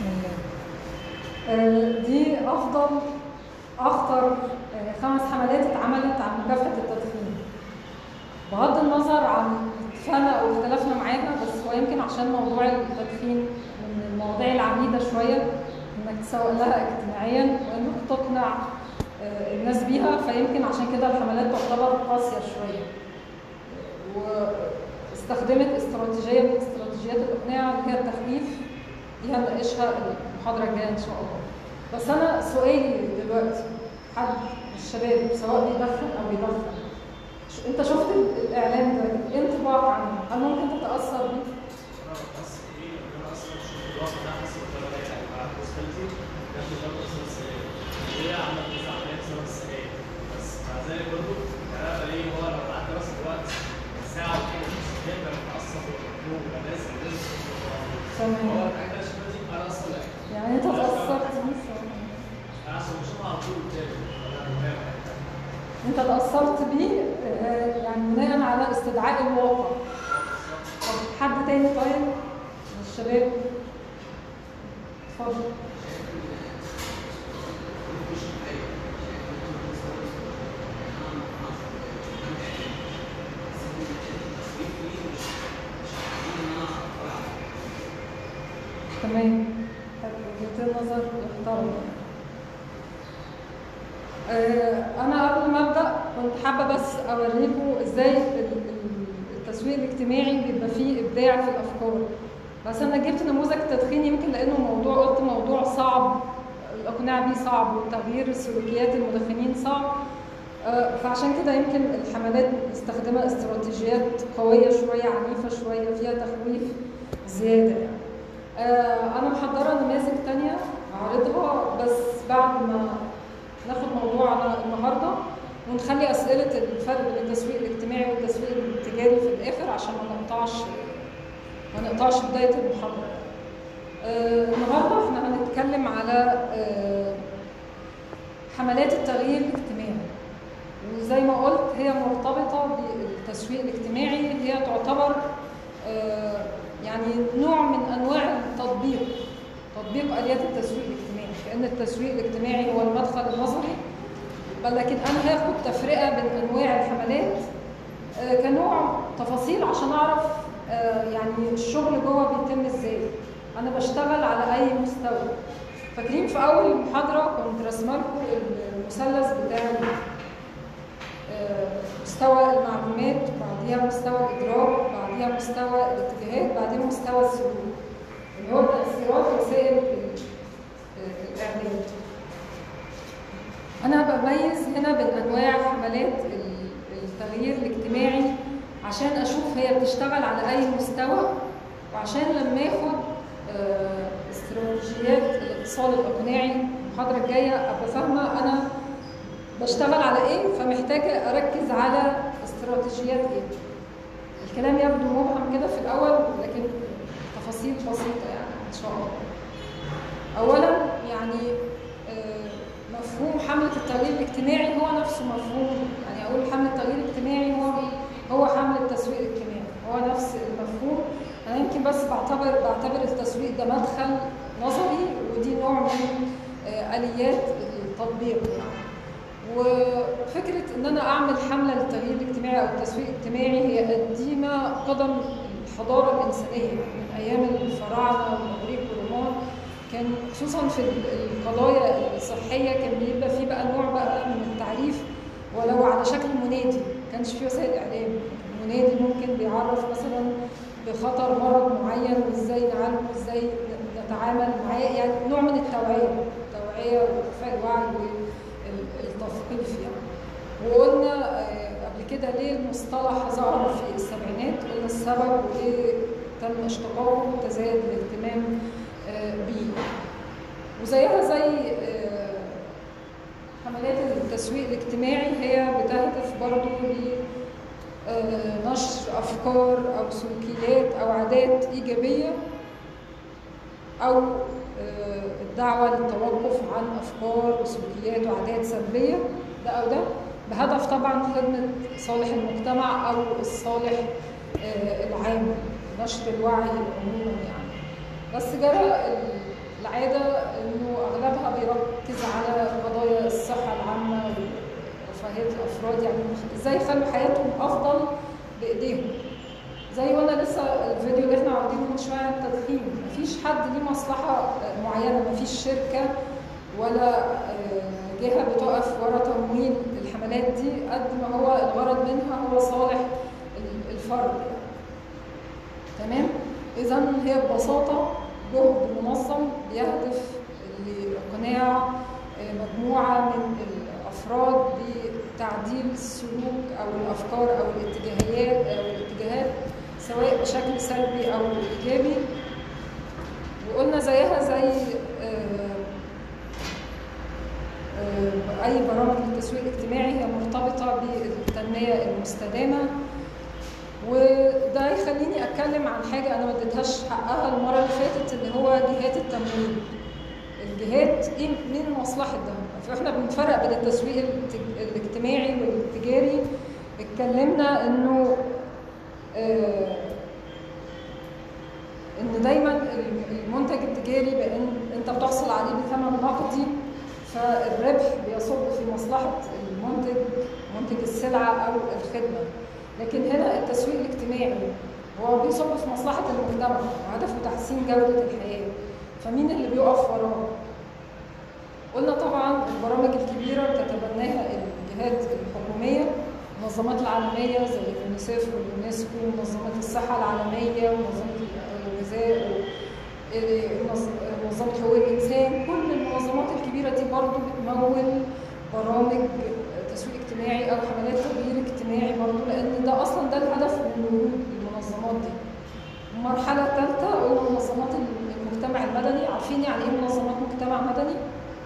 الله. دي أخطر 5 حملات اتعملت عن مكافحة التدخين. بغض النظر عن اتفاقنا أو اختلافنا معاها، بس هو يمكن عشان موضوع التدخين من المواضيع العنيدة شوية، إنك تسوق لها اجتماعيا وإنك تقنع الناس بيها، فيمكن عشان كده الحملات تعتبر قاسية شوية. واستخدمت استراتيجية من استراتيجيات الإقناع اللي هي التخويف، دي هنناقشها المحاضرة الجاية إن شاء الله. بس أنا سؤالي دلوقتي، حد من الشباب سواء بيدخن أو بيدخن، أنت شفت الإعلان ده، إيه انطباعك عنه؟ هل ممكن تتأثر بيه؟ أنا بتأثر بيه، أنا أصلا مش في الوقت ده حاسس بالطريقة دي، يعني مع مشكلتي كانت بتاخد أصلا السجاير، هي عملت كذا عملية بسبب السجاير، بس مع ذلك برضه يعني أنا بلاقي هو لو عدى بس الوقت ساعة وكده في السجاير بقى متأثر بالمفهوم، بقى لازم تمام. هو الحاجة اللي شفتها دي أنا أصلا يعني أنت تأثرت بيه؟ أنا أصلا بشوفها على طول قدامي، أنا مهم. أنت تأثرت بيه يعني بناء على استدعاء الواقع. طب حد تاني طيب من الشباب؟ اتفضل. تمام. وجهة نظر محترمة. أنا قبل ما أبدأ كنت حابة بس أوريكم إزاي التسويق الاجتماعي بيبقى فيه إبداع في الأفكار. بس أنا جبت نموذج تدخين يمكن لأنه قلت موضوع صعب، الإقناع بيه صعب وتغيير سلوكيات المدخنين صعب. فعشان كده يمكن الحملات مستخدمة استراتيجيات قوية شوية، عنيفة شوية، فيها تخويف زيادة يعني. أنا محضرة نماذج تانية هعرضها بس بعد ما ناخد موضوعنا النهارده ونخلي أسئلة الفرق بين التسويق الاجتماعي والتسويق التجاري في الآخر عشان ما نقطعش بداية المحاضرة. النهارده احنا هنتكلم على حملات التغيير الاجتماعي، وزي ما قلت هي مرتبطة بالتسويق الاجتماعي، هي تعتبر يعني نوع من أنواع تطبيق آليات التسويق الاجتماعي، كأن التسويق الاجتماعي هو المدخل النظري، لكن أنا هاخد تفرقة بين أنواع الحملات كنوع تفاصيل عشان أعرف يعني الشغل جوه بيتم إزاي، أنا بشتغل على أي مستوى. فاكرين في أول محاضرة كنت رسمة لكم المثلث بتاع مستوى المعلومات، بعديها مستوى الإدراك، بعديها مستوى الاتجاهات، بعدين مستوى السلوك اللي هو تأثيرات وسائل الإعلام. أنا بميز هنا بين أنواع حملات التغيير الاجتماعي عشان أشوف هي بتشتغل على أي مستوى، وعشان لما آخد استراتيجيات الاتصال الإقناعي المحاضرة الجاية أبقى فاهمة أنا بشتغل على إيه، فمحتاجة أركز على استراتيجيات إيه. الكلام يبدو مبهم كده في الأول، لكن تفاصيل بسيطة يعني إن شاء الله. أولاً يعني مفهوم حملة التغيير الاجتماعي هو نفسه مفهوم، يعني أقول حملة التغيير الاجتماعي هو حملة التسويق الاجتماعي، هو نفس المفهوم. أنا يمكن بس بعتبر التسويق ده مدخل نظري، ودي نوع من آليات التطبيق يعني. وفكرة إن أنا أعمل حملة للتغيير الاجتماعي أو التسويق الاجتماعي هي قديمة قدم الحضارة الإنسانية من أيام الفراعنة والإغريق والرومان، كان خصوصا في القضايا الصحية كان بيبقى فيه بقى نوع بقى من التعريف ولو على شكل منادي، ما كانش فيه وسائل إعلام. المنادي ممكن بيعرف مثلا بخطر مرض معين وإزاي نعالجه وإزاي نتعامل معاه، يعني نوع من التوعية وإرفاع الوعي والتثقيف يعني. وقلنا قبل كده ليه المصطلح ظهر في السبعينات، قلنا السبب وليه تم اشتقاقه وتزايد الاهتمام بيه. وزيها زي حملات التسويق الاجتماعي هي بتهدف برضو لنشر أفكار أو سلوكيات أو عادات إيجابية، أو الدعوة للتوقف عن أفكار وسلوكيات وعادات سلبية ده أو ده، بهدف طبعا خدمة صالح المجتمع أو الصالح العام، نشر الوعي عموما يعني. بس جرى العاده انه اغلبها بيركز على قضايا الصحه العامه ورفاهيه الافراد، يعني ازاي يخلوا حياتهم افضل بايديهم. زي وانا لسه الفيديو اللي احنا عارضينه من شويه عن التدخين، مفيش حد ليه مصلحه معينه، مفيش شركه ولا جهه بتقف ورا تمويل الحملات دي، قد ما هو الغرض منها هو صالح الفرد. تمام؟ اذا هي ببساطه جهد منظم بيهدف لاقناع مجموعه من الافراد بتعديل السلوك او الافكار او الاتجاهات سواء بشكل سلبي او ايجابي. وقلنا زيها زي اي برامج للتسويق الاجتماعي، هي مرتبطه بالتنميه المستدامه. وده يخليني اتكلم عن حاجه انا ما اديتهاش حقها المره اللي فاتت، اللي هو جهات التمويل. الجهات ايه من مصلحه ده؟ فاحنا بنفرق بين التسويق الاجتماعي والتجاري. اتكلمنا انه ان دايما المنتج التجاري بان انت بتحصل عليه بثمن نقدي، فالربح بيصب في مصلحه المنتج، منتج السلعه او الخدمه. لكن هنا التسويق الاجتماعي هو بيصب في مصلحه المجتمع وهدفه تحسين جوده الحياه. فمين اللي بيقف وراه؟ قلنا طبعا البرامج الكبيره بتتبناها الجهات الحكوميه، المنظمات العالميه زي اليونيسيف واليونسكو، منظمه الصحه العالميه، ومنظمه الغذاء، منظمه حقوق الانسان. كل المنظمات الكبيره دي برضو بتمول برامج تسويق اجتماعي او حملات تغيير اجتماعي برضو، لان ده اصلا ده الهدف من وجود المنظمات دي. المرحله الثالثه قلنا منظمات المجتمع المدني. عارفين يعني ايه منظمات مجتمع مدني؟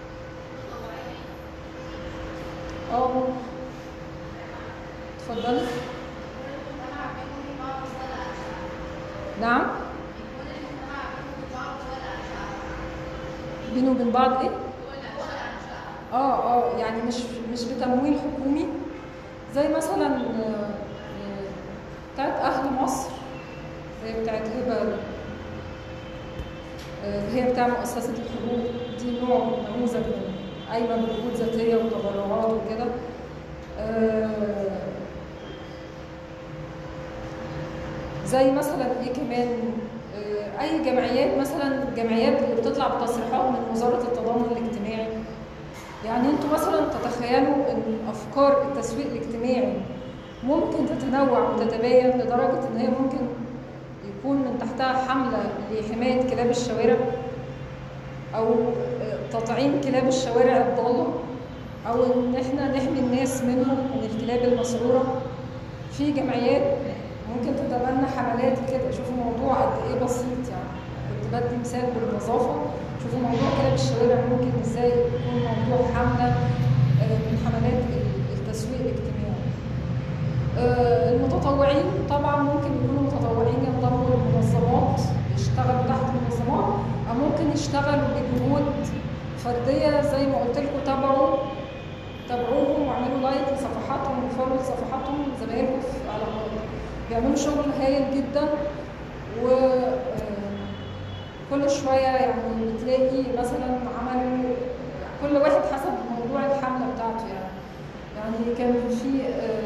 اتفضلي. نعم، بينه وبين بعض ايه؟ يعني مش بتمويل حكومي، زي مثلا بتاعت اهل مصر، زي بتاعت هبه، هي بتاع مؤسسه الحقوق دي، نموذج من قايمه بجهود ذاتيه وتبرعات وكده. زي مثلا ايه كمان، اي جمعيات، مثلا الجمعيات اللي بتطلع بتصريحات من وزاره التضامن الاجتماعي. يعني انتوا مثلا تتخيلوا ان افكار التسويق الاجتماعي ممكن تتنوع وتتباين لدرجه ان هي ممكن يكون من تحتها حمله لحمايه كلاب الشوارع، او تطعيم كلاب الشوارع الضاله، او ان احنا نحمي الناس منهم من الكلاب المسعوره. في جمعيات ممكن تتبنى حملات كده. شوفوا الموضوع قد ايه بسيط، يعني كنت بدي مثال بالنظافه. شوفوا موضوع كلاب الشوارع ممكن ازاي يكون موضوع حمله من حملات التسويق الاجتماعي. المتطوعين طبعا ممكن يكونوا متطوعين ينضموا للمنظمات يشتغلوا تحت المنظمات، او ممكن يشتغلوا بجهود فرديه. زي ما قلت لكم تابعوهم واعملوا لايك لصفحاتهم وفولو لصفحاتهم. زمايلكم في علاقات بيعملوا شغل هايل جدا، وكل شويه يعني بتلاقي مثلا عملوا كل واحد حسب موضوع الحمله بتاعته. يعني كان في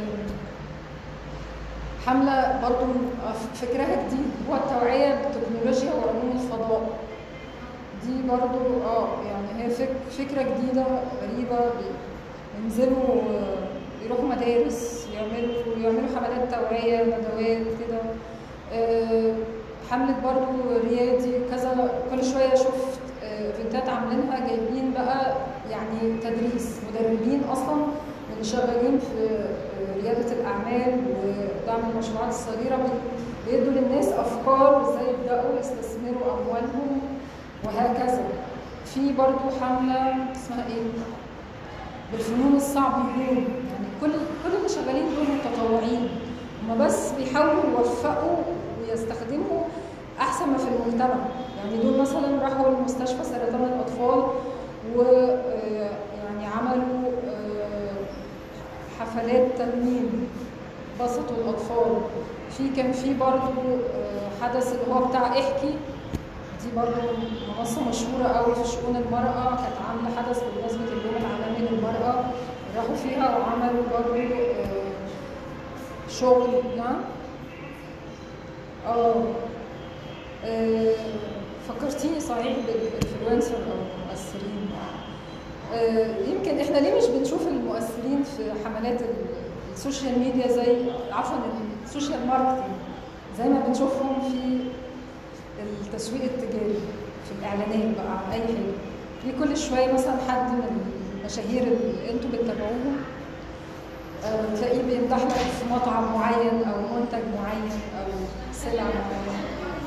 حمله برضو فكرها جديد، هو التوعيه بالتكنولوجيا وعلوم الفضاء. دي برضو يعني هي فكره جديده غريبه. ينزلوا يروحوا مدارس، يعملوا حملات توعيه، ندوات كده. حمله برضو ريادي كذا. كل شويه شفت فيديوهات عاملينها، جايبين بقى يعني تدريس مدربين اصلا اللي شغالين في رياده الاعمال ودعم المشروعات الصغيره، بيدوا للناس افكار ازاي يبداوا يستثمروا اموالهم وهكذا. في برضو حمله اسمها ايه؟ بالفنون الصعبيون. يعني كل اللي شغالين دول متطوعين، هم بس بيحاولوا يوفقوا ويستخدموا احسن ما في المجتمع. يعني دول مثلا راحوا لمستشفى سرطان الاطفال ويعني عملوا حفلات ترميم، بسطوا الاطفال. كان في برضو حدث اللي هو بتاع احكي، دي برضو منصة مشهورة قوي في شؤون المرأة، كانت عاملة حدث بمناسبة اليوم العالمي للمرأة، راحوا فيها وعملوا برضو شغل. نعم. فكرتيني صحيح بالانفلونسر او المؤثرين. يمكن احنا ليه مش بنشوف المؤثرين في حملات السوشيال ميديا زي عفوا السوشيال ماركتنج زي ما بنشوفهم في التسويق التجاري في الاعلانات بقى عن اي حاجه؟ ليه كل شويه مثلا حد من المشاهير اللي انتوا بتتابعوهم تلاقيه بيمدح لك في مطعم معين او منتج معين او سلعه معينه؟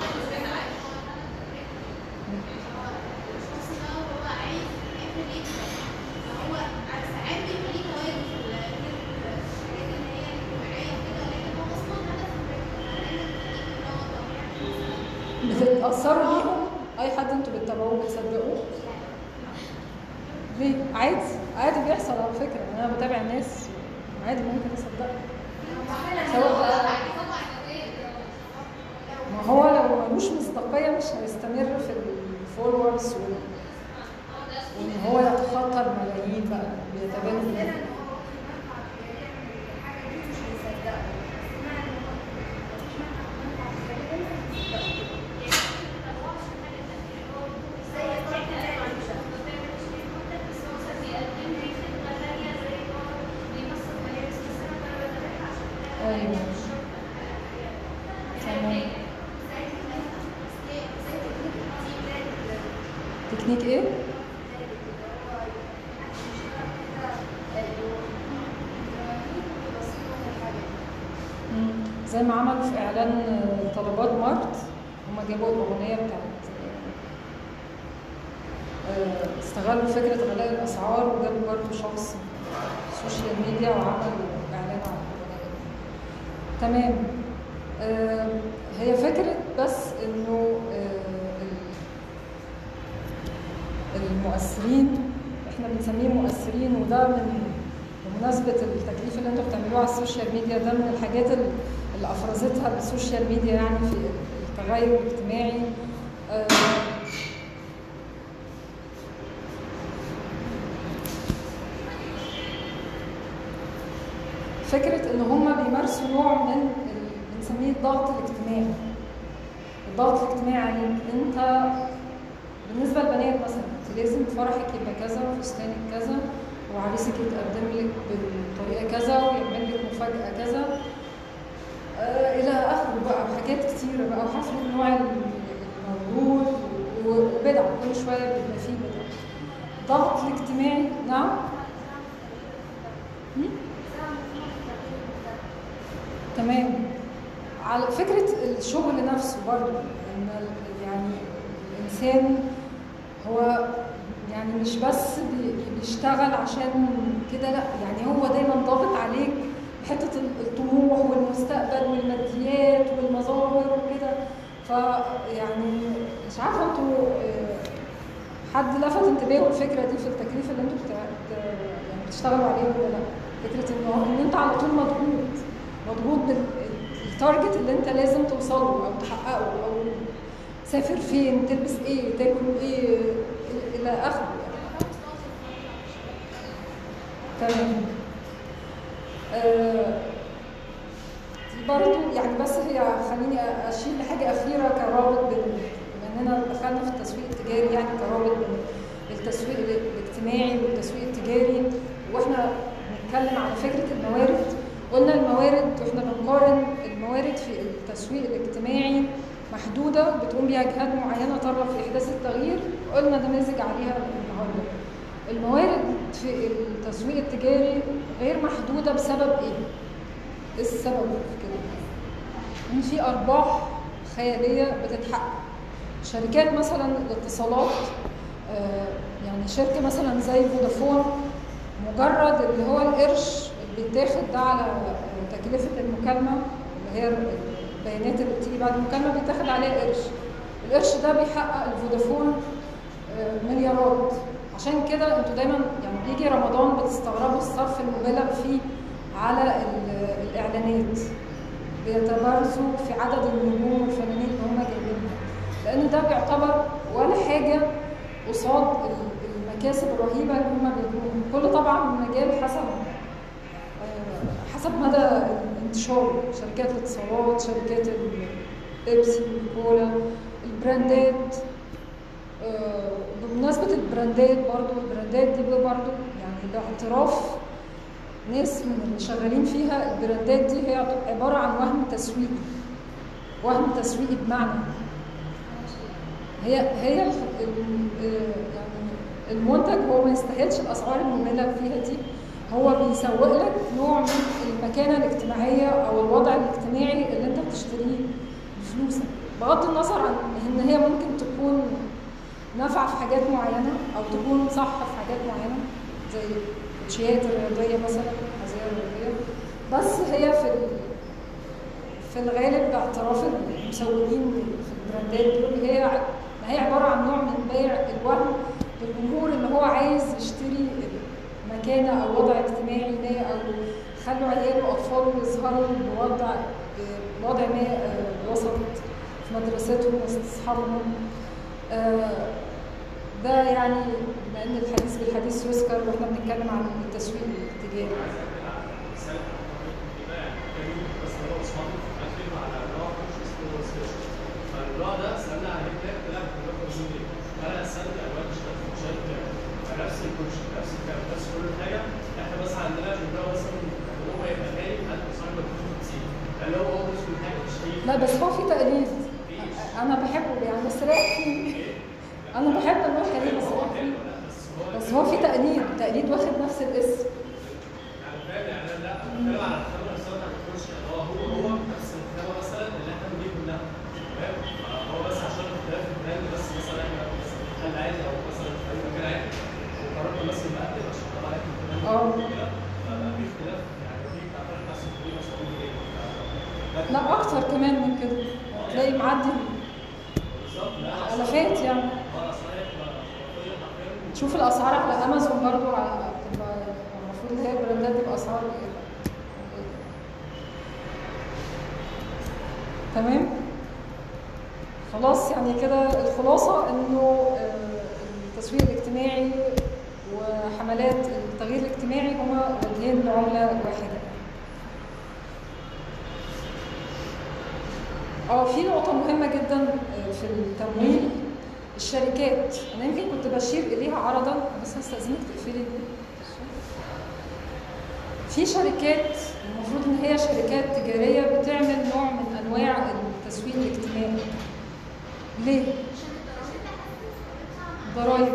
بتتأثروا بيهم؟ أي حد أنتوا بتتابعوه بتصدقوه؟ ليه؟ عادي، عادي بيحصل على فكرة، أنا بتابع ناس عادي ممكن أصدقها. سواء ما هو لو ملوش مصداقية مش هيستمر في الفولورز وإن هو يتخطى الملايين بقى بيتبادل بيه. تكنيك ايه؟ زي ما عملوا في اعلان طلبات مارت، هما جابوا الاغنيه بتاعت استغلوا فكره غلاء الاسعار وجابوا برضه شخص سوشيال ميديا وعملوا اعلان عن الاغنيه. تمام. هي فكره بس انه المؤثرين احنا بنسميه مؤثرين، وده بمناسبه التكليف اللي انتوا بتعملوه على السوشيال ميديا، ده من الحاجات اللي افرزتها السوشيال ميديا يعني في التغير الاجتماعي. فكره ان هم بيمارسوا نوع من بنسميه الضغط الاجتماعي. الضغط الاجتماعي يعني انت بالنسبه للبنات مثلا انت لازم فرحك يبقى كذا وفستانك كذا وعريسك يتقدم لك بالطريقه كذا ويعمل لك مفاجاه كذا الى اخره بقى، حاجات كتيره بقى، وحفله النوع الموجود وبدع كل شويه بيبقى فيه بدع. الضغط الاجتماعي. نعم. تمام. على فكره الشغل نفسه برضه ان يعني الانسان هو يعني مش بس بيشتغل عشان كده، لا، يعني هو دايما ضاغط عليك حته الطموح والمستقبل والماديات والمظاهر وكده. فيعني مش عارفه انتوا حد لفت انتباهه الفكره دي في التكليف اللي انتوا يعني بتشتغلوا عليه ولا لا؟ فكره ان انت على طول مضغوط بالتارجت اللي انت لازم توصله او تحققه، او سافر فين، تلبس ايه، تاكل ايه، الى اخره يعني. تمام. دي برضه يعني بس هي خليني اشير لحاجه اخيره كرابط بما اننا دخلنا في التسويق التجاري، يعني كرابط بين التسويق الاجتماعي والتسويق التجاري. واحنا بنتكلم على فكره الموارد، قلنا الموارد واحنا بنقارن الموارد في التسويق الاجتماعي محدوده بتقوم بيها جهات معينه ترغب في احداث التغيير، قلنا نماذج عليها النهارده. الموارد في التسويق التجاري غير محدوده بسبب ايه؟ ايه السبب في كده؟ ان في ارباح خياليه بتتحقق. شركات مثلا الاتصالات، يعني شركه مثلا زي فودافون، مجرد اللي هو القرش اللي بيتاخد ده على تكلفه المكالمه اللي هي البيانات اللي بتيجي بعد المكالمه بيتاخد عليها قرش. القرش ده بيحقق لفودافون مليارات. عشان كده انتوا دايما يعني بيجي رمضان بتستغربوا الصرف المبالغ فيه على الاعلانات، بيتبارزوا في عدد النجوم والفنانين اللي هم جايبينها. لان ده بيعتبر ولا حاجه قصاد المكاسب الرهيبه اللي هم بيجنوها. كل طبعا مجال حسب مدى انتشاره، شركات الاتصالات، شركات البيبسي والكولا، البراندات. بمناسبه البراندات برضو، البراندات دي برضو يعني باعتراف ناس من اللي شغالين فيها، البراندات دي هي عباره عن وهم تسويقي بمعنى هي يعني المنتج هو ما يستاهلش الاسعار المبالغ فيها دي، هو بيسوق لك نوع من المكانه الاجتماعيه او الوضع الاجتماعي اللي انت بتشتريه بفلوسك، بغض النظر عن ان هي ممكن تكون نافعه في حاجات معينه او تكون صح في حاجات معينه زي الكوتشيات الرياضيه مثلا، الحذاء الرياضيه، بس هي في الغالب باعتراف المسوقين في البراندات دول هي عباره عن نوع من بيع الوهم للجمهور اللي هو عايز يشتري مكانه او وضع اجتماعي ما، او خلوا عياله واطفاله يظهروا بوضع ما وسط في مدرستهم وسط اصحابهم. ده يعني بما ان الحديث بالحديث يذكر واحنا بنتكلم عن التسويق الاتجاهي. فالنوع ده سالنا عليه كده طلع بكلمه زوجي، فانا سالت الوان اشتغلت في شركه نفس الكوتش نفس الكلام نفس كل حاجه، احنا بس عندنا بنبقى مثلا هو يبقى غالي حد صاحب الكوتش قال له هو مش كل حاجه بتشتري. لا بس هو في تقليد انا بحبه يعني، بس رايح فيه انا بحب النوع ده بس هو في تقليد واخد نفس الاسم. انا فاهم يعني انا لا بتكلم على الخدمه نفسها بتاعت الكوتش، هو نفس الخدمه مثلا اللي احنا بنجيب منها، تمام؟ هو بس عشان اختلاف البراند بس مثلا احنا حد عادي او مثلا في اي مكان عادي وقررنا بس نقدم عشان طبعا احنا كده فبقى في اختلاف يعني في بتاع فرق نفس الكوتش مثلا ايه. لا اكتر كمان من كده، تلاقي معدي الافات يعني. تشوف الاسعار على امازون برضو بتبقى المفروض ان هي براندات تبقى اسعار تمام. خلاص يعني كده الخلاصه انه التسويق الاجتماعي وحملات التغيير الاجتماعي هما وجهين لعمله واحده. في نقطة مهمة جدا في التمويل، الشركات. أنا يمكن كنت بشير إليها عرضا بس هستأذنك تقفلي دي. في شركات المفروض إن هي شركات تجارية بتعمل نوع من أنواع التسويق الاجتماعي. ليه؟ ضرايب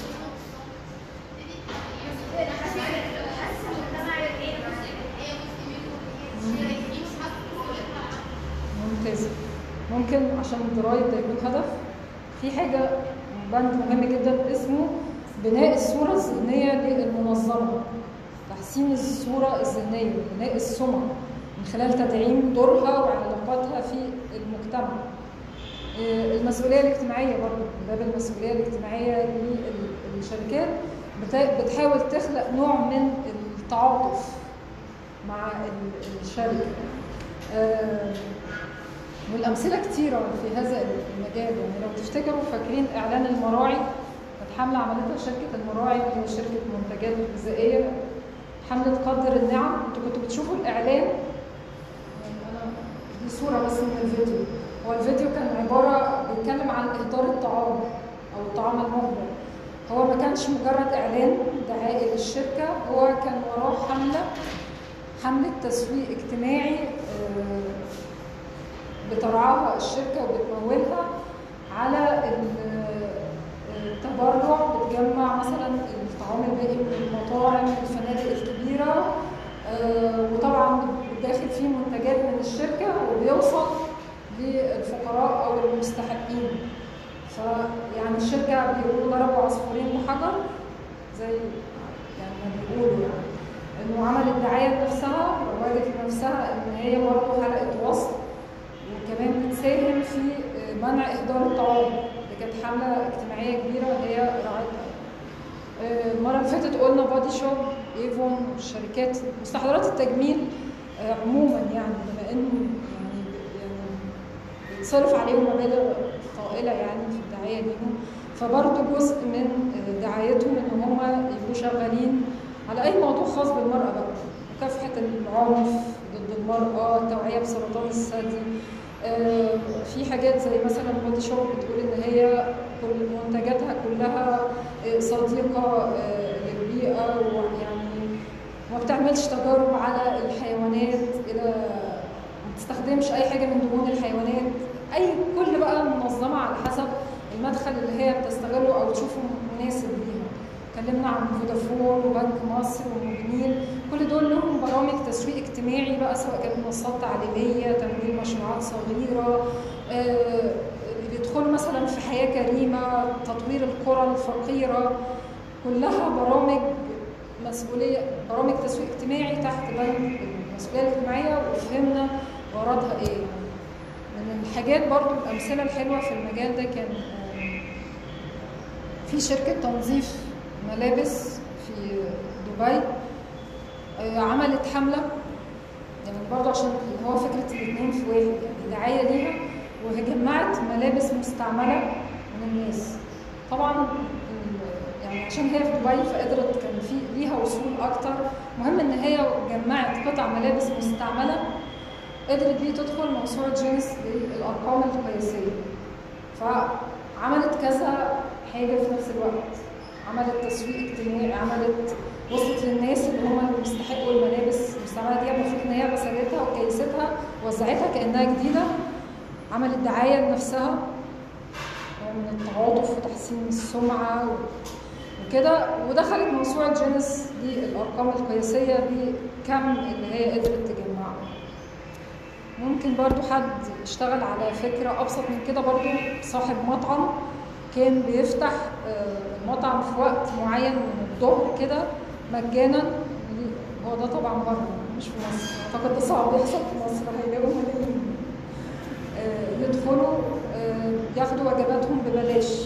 ممتاز. ممكن عشان الضرايب ده يكون هدف، في حاجة بند مهم جدا اسمه بناء الصورة الذهنية للمنظمة، تحسين الصورة الذهنية، بناء السمعة من خلال تدعيم دورها وعلاقاتها في المجتمع. المسؤولية الاجتماعية برضه، باب المسؤولية الاجتماعية للشركات بتحاول تخلق نوع من التعاطف مع الشركة. والأمثلة كتيرة في هذا المجال. يعني لو تفتكروا فاكرين إعلان المراعي، كانت حملة عملتها شركة المراعي اللي هي شركة منتجات غذائية، حملة قدر النعم. انتوا كنتوا بتشوفوا الإعلان، يعني أنا دي صورة بس من الفيديو. هو الفيديو كان عبارة بيتكلم عن إهدار الطعام أو الطعام المهدر. هو ما كانش مجرد إعلان دعائي للشركة، هو كان وراه حملة تسويق اجتماعي بترعاها الشركة وبتمولها على التبرع، بتجمع مثلا الطعام الباقي من المطاعم الفنادق الكبيرة، وطبعا داخل فيه منتجات من الشركة وبيوصل للفقراء أو المستحقين. فيعني الشركة بيقولوا ضربوا عصفورين بحجر زي يعني ما بيقولوا، يعني إنه عملت دعاية لنفسها ووجدت لنفسها إن هي برضه حلقة وصل، وكمان بتساهم في منع إهدار الطعام. دي كانت حملة اجتماعية كبيرة هي رعايتها. المرة اللي فاتت قلنا بادي شوب، ايفون، شركات مستحضرات التجميل عموما، يعني بما انه يعني بيتصرف عليهم مبالغ طائله يعني في الدعايه ليهم، فبرضه جزء من دعايتهم ان هم يبقوا شغالين على اي موضوع خاص بالمراه بقى، مكافحه العنف ضد المراه، التوعيه بسرطان الثدي. في حاجات زي مثلا بودي شوب بتقول ان هي كل منتجاتها كلها صديقه للبيئه، ويعني ما بتعملش تجارب على الحيوانات، الى ما بتستخدمش اي حاجه من دهون الحيوانات، اي كل بقى منظمه على حسب المدخل اللي هي بتستغله او تشوفه مناسب ليها. اتكلمنا عن فودافون وبنك مصر وموبينيل، كل دول لهم برامج تسويق اجتماعي بقى، سواء كانت منصات تعليميه، تمويل مشروعات صغيره، بيدخلوا مثلا في حياه كريمه، تطوير القرى الفقيره، كلها برامج مسؤوليه، برامج تسويق اجتماعي تحت بند المسؤوليه الاجتماعيه، وفهمنا غرضها ايه. من الحاجات برضو الامثله الحلوه في المجال ده كان في شركه تنظيف ملابس في دبي عملت حمله، يعني برضو عشان هو فكره الاثنين في واحد، يعني دعايه ليها وجمعت ملابس مستعمله من الناس. طبعا يعني عشان هي في دبي فقدرت، كان في ليها وصول اكتر، مهم ان هي جمعت قطع ملابس مستعمله قدرت بيه تدخل موسوعه جينيس للارقام القياسيه. فعملت كذا حاجه في نفس الوقت، عملت تسويق اجتماعي، وصلت للناس اللي هم اللي بيستحقوا الملابس المستعمله دي، المفروض ان هي غسلتها وكيستها ووزعتها كانها جديده، عملت دعايه لنفسها من التعاطف وتحسين السمعه وكده، ودخلت موسوعه جينيس للارقام القياسيه بكم اللي هي قدرت تجمعه. ممكن برضو حد اشتغل على فكره ابسط من كده، برضو صاحب مطعم كان بيفتح المطعم في وقت معين من الظهر كده مجانا. هو ده طبعا بره مش في مصر، اعتقد ده صعب يحصل في مصر، هيلاقوا ملايين يدخلوا ياخدوا وجباتهم ببلاش.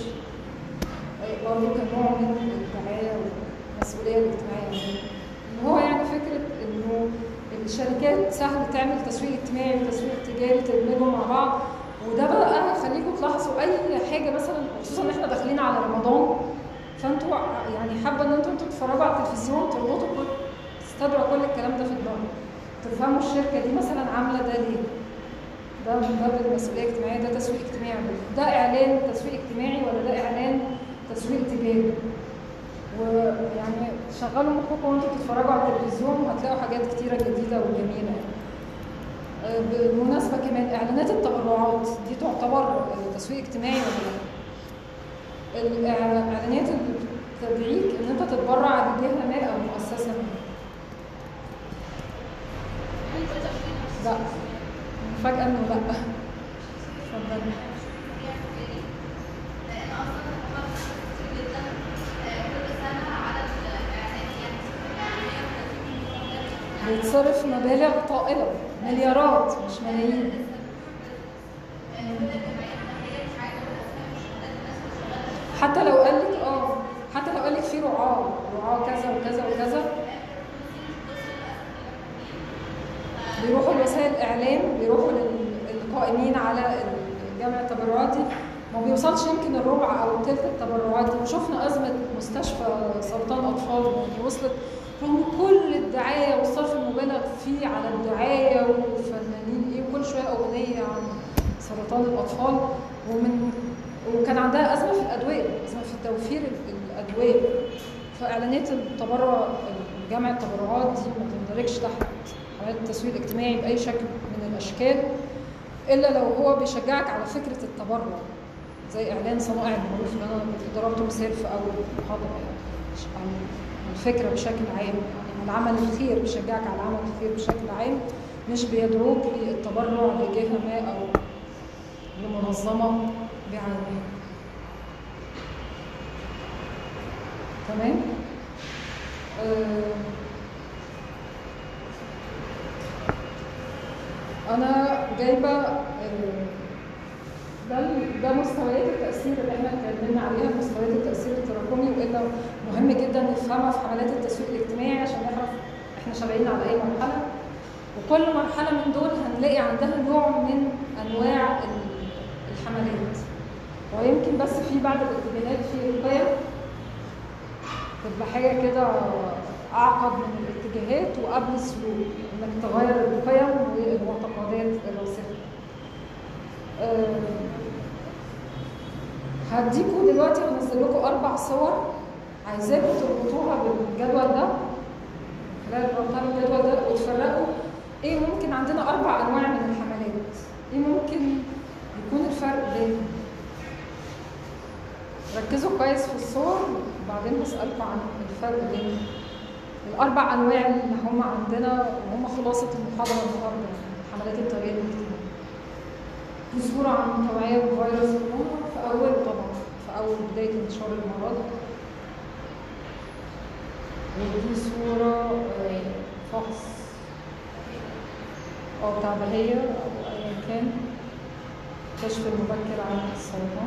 برضه كان نوع من الدعايه والمسؤوليه الاجتماعيه، ان هو يعني فكره انه الشركات سهل تعمل تسويق اجتماعي وتسويق تجاري تدمجهم مع بعض. وده بقى خليكم تلاحظوا اي حاجه مثلا، خصوصا ان احنا داخلين على رمضان، فانتوا يعني حابه ان انتوا تتفرجوا على التلفزيون تربطوا تستدعوا كل الكلام ده في دماغكم، تفهموا الشركه دي مثلا عامله ده ليه. ده من باب المسؤوليه الاجتماعيه، ده تسويق اجتماعي، ده اعلان تسويق اجتماعي ولا ده اعلان تسويق تجاري. ويعني شغلوا مخكم وانتوا بتتفرجوا على التلفزيون وهتلاقوا حاجات كتيره جديده وجميله. بالمناسبه كمان اعلانات التبرعات دي تعتبر تسويق اجتماعي ولا لا؟ الاعلانات اللي بتدعيك ان انت تتبرع لجهه ما او مؤسسه ما. لا فجاه انه لا. اتفضلي. بيتصرف مبالغ طائله، مليارات مش ملايين. حتى لو قال لك في رعاه كذا وكذا وكذا، بيروحوا لوسائل الاعلام، بيروحوا للقائمين على جمع التبرعات دي، ما بيوصلش يمكن الربع او ثلث التبرعات دي. وشفنا ازمه مستشفى سرطان اطفال يعني وصلت رغم كل الدعايه والصرف المبالغ فيه على الدعايه وفنانين وكل شويه اغنيه عن سرطان الاطفال، وكان عندها ازمه في الادويه، ازمه في توفير الادويه. فاعلانات التبرع، جمع التبرعات دي ما تندرجش تحت عمليه التسويق الاجتماعي باي شكل من الاشكال، الا لو هو بيشجعك على فكره التبرع، زي اعلان صنائع المعروف اللي انا كنت ضربته مثال في اول محاضره، يعني الفكره بشكل عام، يعني العمل الخير بيشجعك على عمل الخير بشكل عام، مش بيدعوك للتبرع لجهه ما او لمنظمه بعينها. تمام؟ انا جايبه ده مستويات التاثير اللي احنا اتكلمنا عليها، مستويات التاثير التراكمي، وقلنا مهم جدا نفهمها في حملات التسويق الاجتماعي عشان نعرف احنا شغالين على اي مرحله، وكل مرحله من دول هنلاقي عندها نوع من انواع الحملات. ويمكن بس في بعض الاتجاهات في القيم تبقى حاجة كده أعقد من الاتجاهات وقبل السلوك، إنك تغير القيم والمعتقدات الراسخة. هديكوا دلوقتي هنزل لكم 4 صور عايزاكم تربطوها بالجدول ده، خلال ربطها بالجدول ده وتفرقوا ايه ممكن عندنا 4 انواع من الحملات، ايه ممكن يكون الفرق بينهم. ركزوا كويس في الصور وبعدين هسألكم عن الفرق بين ال4 انواع اللي هم عندنا وهم خلاصة المحاضرة النهارده، حملات التغيير الاجتماعي. دي صورة عن توعية بفيروس كورونا في أول بداية انتشار المرض. ودي صورة فحص أو تعبئية أو أيا كان، كشف المبكر عن السرطان.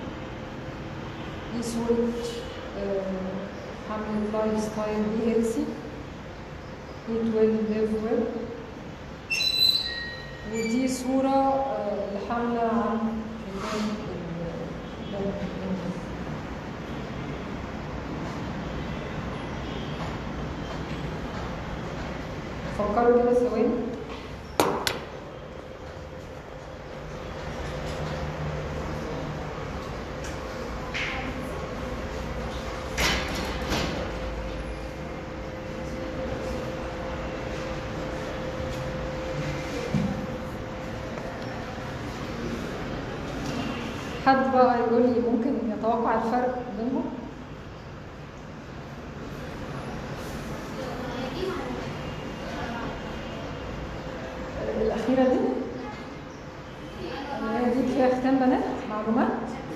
دي صورة حملة لايف ستايل بي هيلثي eat well live well. ودي صورة لحملة عن فكروا كده ثواني. حد بقى يقول لي ممكن يتوقع الفرق بينهم؟ الأخيرة دي اللي هي دي فيها ختام بنات معلومات؟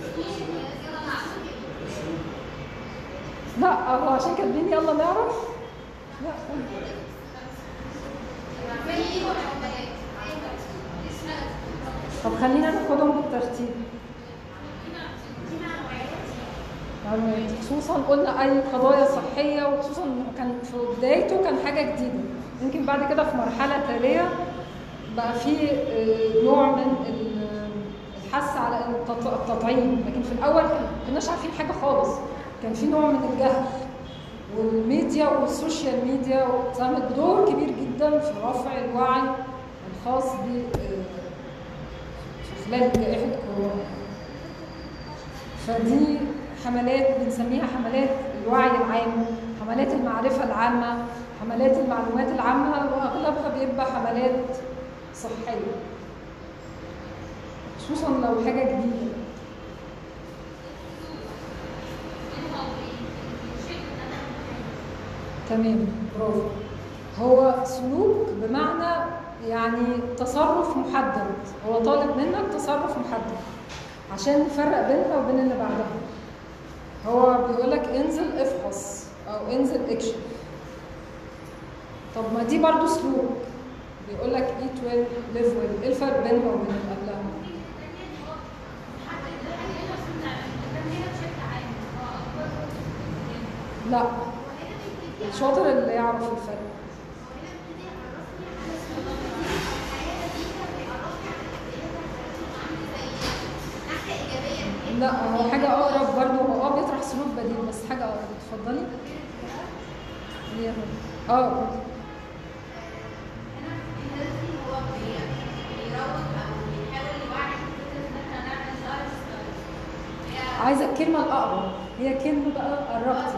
لا هو عشان كاتبين يلا نعرف؟ لا طب خلينا ناخدهم بالترتيب. خصوصا قلنا اي قضايا صحيه، وخصوصا كان في بدايته كان حاجه جديده، يمكن بعد كده في مرحله تاليه بقى في نوع من الحث على التطعيم، لكن في الاول ما كناش عارفين حاجه خالص، كان في نوع من الجهل، والميديا والسوشيال ميديا ساهمت بدور كبير جدا في رفع الوعي الخاص في خلال جائحه كورونا. فدي حملات بنسميها حملات الوعي العام، حملات المعرفة العامة، حملات المعلومات العامة، وأغلبها بيبقى حملات صحية، خصوصا لو حاجة جديدة. تمام، برافو. هو سلوك بمعنى يعني تصرف محدد، هو طالب منك تصرف محدد عشان نفرق بينها وبين اللي بعدها. هو بيقولك انزل افحص او انزل اكشف. طب ما دي برضو سلوك، بيقولك eat well live well. ايه الفرق بينها وبين اللي قبلها؟ لا، الشاطر اللي يعرف الفرق. لا هو حاجة أقرب برضه، هو بيطرح سلوك بديل بس حاجة أقرب. اتفضلي. عايزة الكلمة الأقرب، هي كلمة بقى قربتي.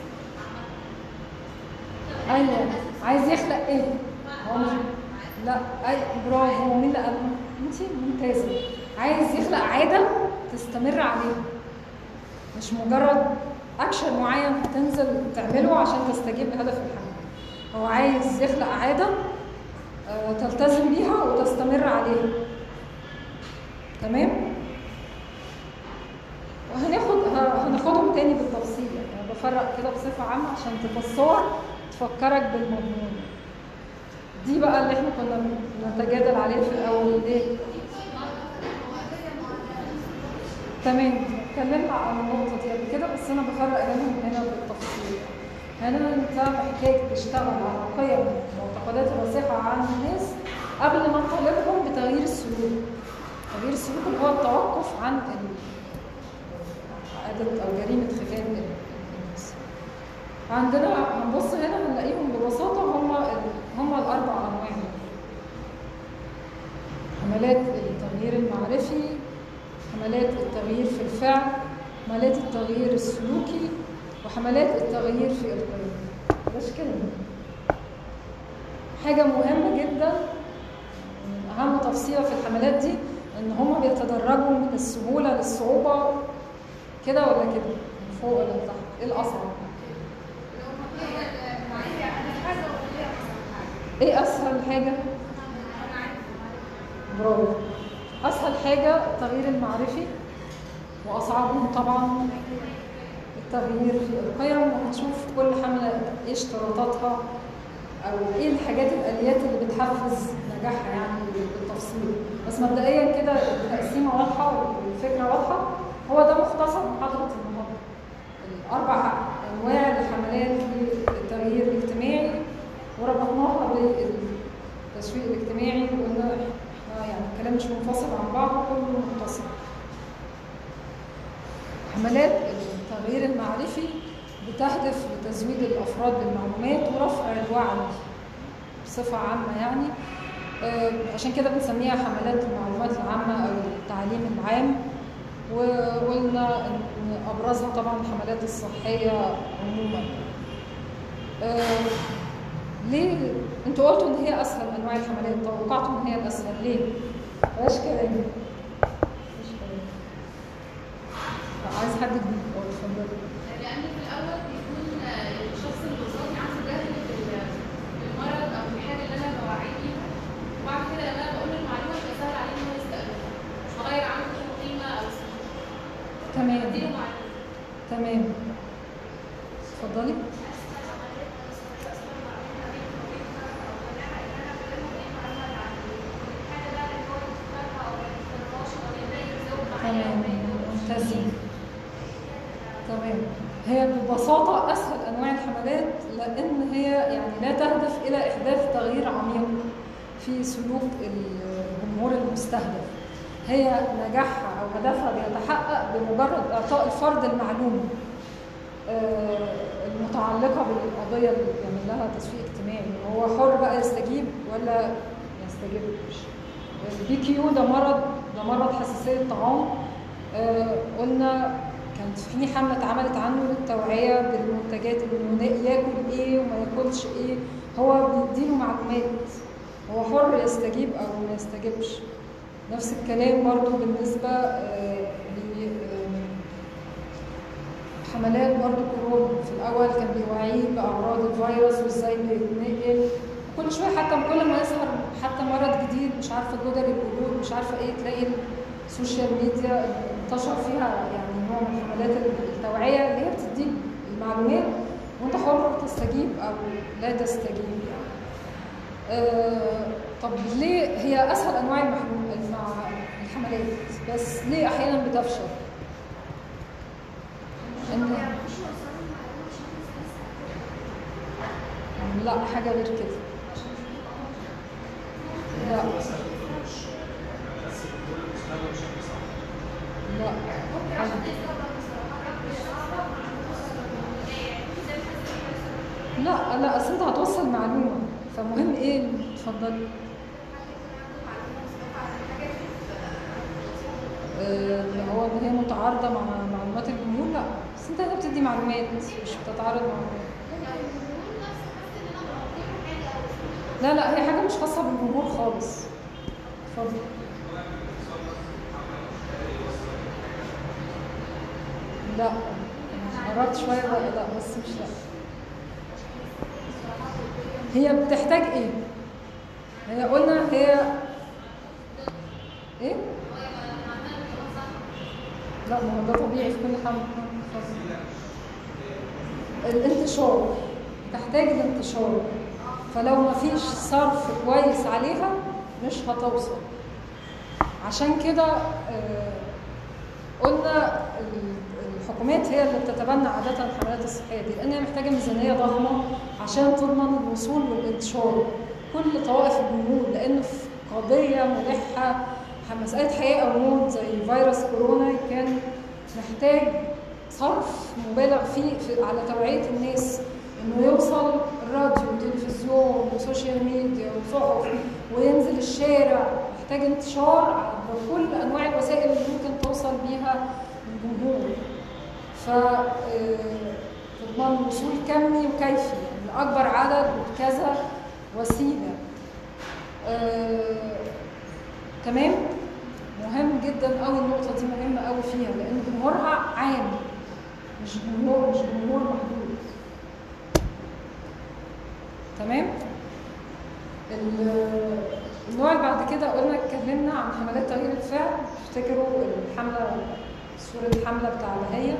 أيوه، عايز يخلق إيه؟ هو مش لا برافو، مين اللي قالها؟ أنتِ ممتازة. عايز يخلق عادة تستمر عليها، مش مجرد اكشن معين هتنزل تعمله عشان تستجيب لهدف الحمل. هو عايز يخلق عاده تلتزم بيها وتستمر عليها. تمام؟ هناخدهم تاني بالتفصيل، يعني بفرق كده بصفه عامه عشان تبقى الصور تفكرك بالمضمون. دي بقى اللي احنا كنا بنتجادل عليها في الاول. ليه؟ تمام، اتكلمنا عن النقطة دي قبل كده، بس أنا بفرق هنا بالتفصيل. هنا أنت محتاج تشتغل على قيم المعتقدات الراسخة عند الناس قبل ما تطالبهم بتغيير السلوك. تغيير السلوك اللي هو التوقف عن عادة أو جريمة خفاء الناس. عندنا هنبص هنا هنلاقيهم ببساطة هم الأربع أنواع: حملات التغيير المعرفي، حملات التغيير في الفعل، حملات التغيير السلوكي، وحملات التغيير في القيم. بس كده حاجة مهمة جدا، أهم تفصيلة في الحملات دي إن هما بيتدرجوا من السهولة للصعوبة، كده ولا كده، من فوق ولا لتحت، إيه الأصعب؟ إيه أسهل حاجة؟ برافو. أسهل حاجة التغيير المعرفي، وأصعبهم طبعا التغيير في القيم، وهنشوف كل حملة إيه اشتراطاتها أو إيه الحاجات الآليات اللي بتحفز نجاحها يعني بالتفصيل. بس مبدئيا كده التقسيمة واضحة والفكرة واضحة. هو ده مختصر محاضرة النهارده. الأربع أنواع الحملات للتغيير الاجتماعي، وربطناها بالتسويق الاجتماعي، وقلنا يعني الكلام مش منفصل عن بعض، كله متصل. حملات التغيير المعرفي بتهدف لتزويد الأفراد بالمعلومات ورفع الوعي بصفة عامة يعني. عشان كده بنسميها حملات المعلومات العامة أو التعليم العام. وقلنا إن أبرزها طبعا الحملات الصحية عموما. ليه؟ انتوا قلتوا ان هي اسهل انواع الحملات، توقعتوا ان هي الاسهل، ليه؟ بلاش كده يعني. عايز حد جديد اتفضلي. لان في الاول بيكون الشخص اللي قصادي عنده جهل بالمرض او بالحاجه اللي انا بوعيه بيها، وبعد كده لما انا بقول له المعلومه بيبقى سهل عليه ان هو يستقبلها، مش هغير عنه قيمه او سلوك. تمام اديله معلومه. تمام اتفضلي. تمام ممتازين. تمام. هي ببساطة أسهل أنواع الحملات لأن هي يعني لا تهدف إلى إحداث تغيير عميق في سلوك الجمهور المستهدف. هي نجاحها أو هدفها بيتحقق بمجرد إعطاء الفرد المعلومة المتعلقة بالقضية اللي بيعمل لها تسويق اجتماعي. هو حر بقى يستجيب ولا ما يستجيبش. الBQ ده مرض حساسية الطعام. قلنا كانت في حملة اتعملت عنه للتوعية بالمنتجات، انه ياكل ايه وما ياكلش ايه. هو بيديله معلومات، هو حر يستجيب او ما يستجيبش. نفس الكلام برضو بالنسبة حملات برضو كورونا. في الأول كان بيوعيه بأعراض الفيروس وازاي بيتنقل. كل شوية حتى كل ما يظهر حتى مرض جديد، مش عارفة جدري الجلود، مش عارفة ايه، تلاقي السوشيال ميديا انتشر فيها يعني نوع من حملات التوعية اللي هي بتديك المعلومات وانت حر تستجيب أو لا تستجيب يعني. طب ليه هي أسهل أنواع الحملات، بس ليه أحيانا بتفشل؟ لا حاجة غير كده. لا لا اصل انت هتوصل معلومة، فمهم ايه؟ اتفضلي. اللي هو ان هي متعارضة مع معلومات الجمهور. لا بس انت هنا بتدي معلومات مش بتتعارض مع معلومات. لا هي حاجة مش خاصة بالجمهور خالص. اتفضل. لا قربت شوية بقى. لا بس مش لا. هي بتحتاج ايه؟ هي قلنا هي ايه؟ لا ما هو ده طبيعي في كل حمل. الانتشار، تحتاج الانتشار. فلو ما فيش صرف كويس عليها مش هتوصل. عشان كده قلنا الحكومات هي اللي بتتبنى عادة الحملات الصحية دي، لأنها محتاجة ميزانية ضخمة عشان تضمن الوصول والانتشار كل طوائف الجمهور، لأنه في قضية ملحة مسألة حياة أو موت زي فيروس كورونا كان محتاج صرف مبالغ فيه على توعية الناس، إنه يوصل راديو وتلفزيون وسوشيال ميديا وصحف وينزل الشارع، محتاج انتشار عبر كل أنواع الوسائل اللي ممكن توصل بيها الجمهور. تضمن وصول كمي وكيفي لأكبر عدد وبكذا وسيلة. تمام؟ مهم جدا قوي النقطة دي، مهمة قوي فيها، لأن جمهورها عام مش جمهور محدود. تمام؟ النوع اللي بعد كده قلنا اتكلمنا عن حملات تغيير الفعل. تفتكروا الحملة، صورة الحملة بتاع الهيئة،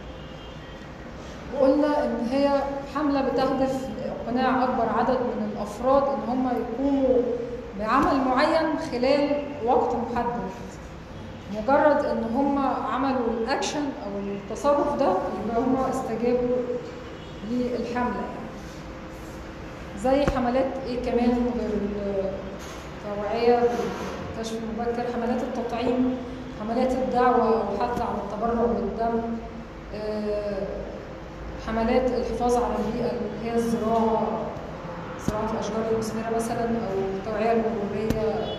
وقلنا ان هي حملة بتهدف لاقناع اكبر عدد من الافراد ان هم يقوموا بعمل معين خلال وقت محدد. مجرد ان هم عملوا الاكشن او التصرف ده يبقى هم استجابوا للحملة يعني. زي حملات ايه كمان غير التوعية بالكشف المبكر؟ حملات التطعيم، حملات الدعوة والحث على التبرع بالدم، حملات الحفاظ على البيئة اللي هي زراعة الأشجار المثمرة مثلا، أو التوعية المرورية،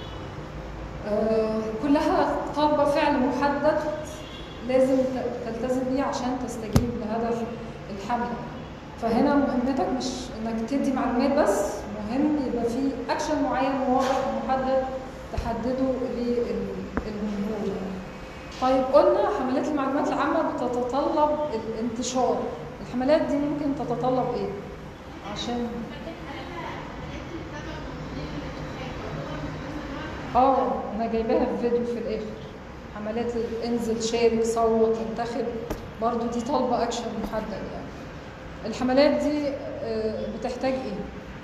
كلها طالبة فعل محدد لازم تلتزم بيه عشان تستجيب لهدف الحملة. فهنا مهمتك مش انك تدي معلومات بس، مهم يبقى في اكشن معين واضح ومحدد تحدده للجمهور. طيب قلنا حملات المعلومات العامة بتتطلب الانتشار. الحملات دي ممكن تتطلب ايه؟ عشان انا جايباها في فيديو في الاخر. حملات انزل شارك صوت انتخب، برضو دي طالبة اكشن محدد يعني. الحملات دي بتحتاج ايه؟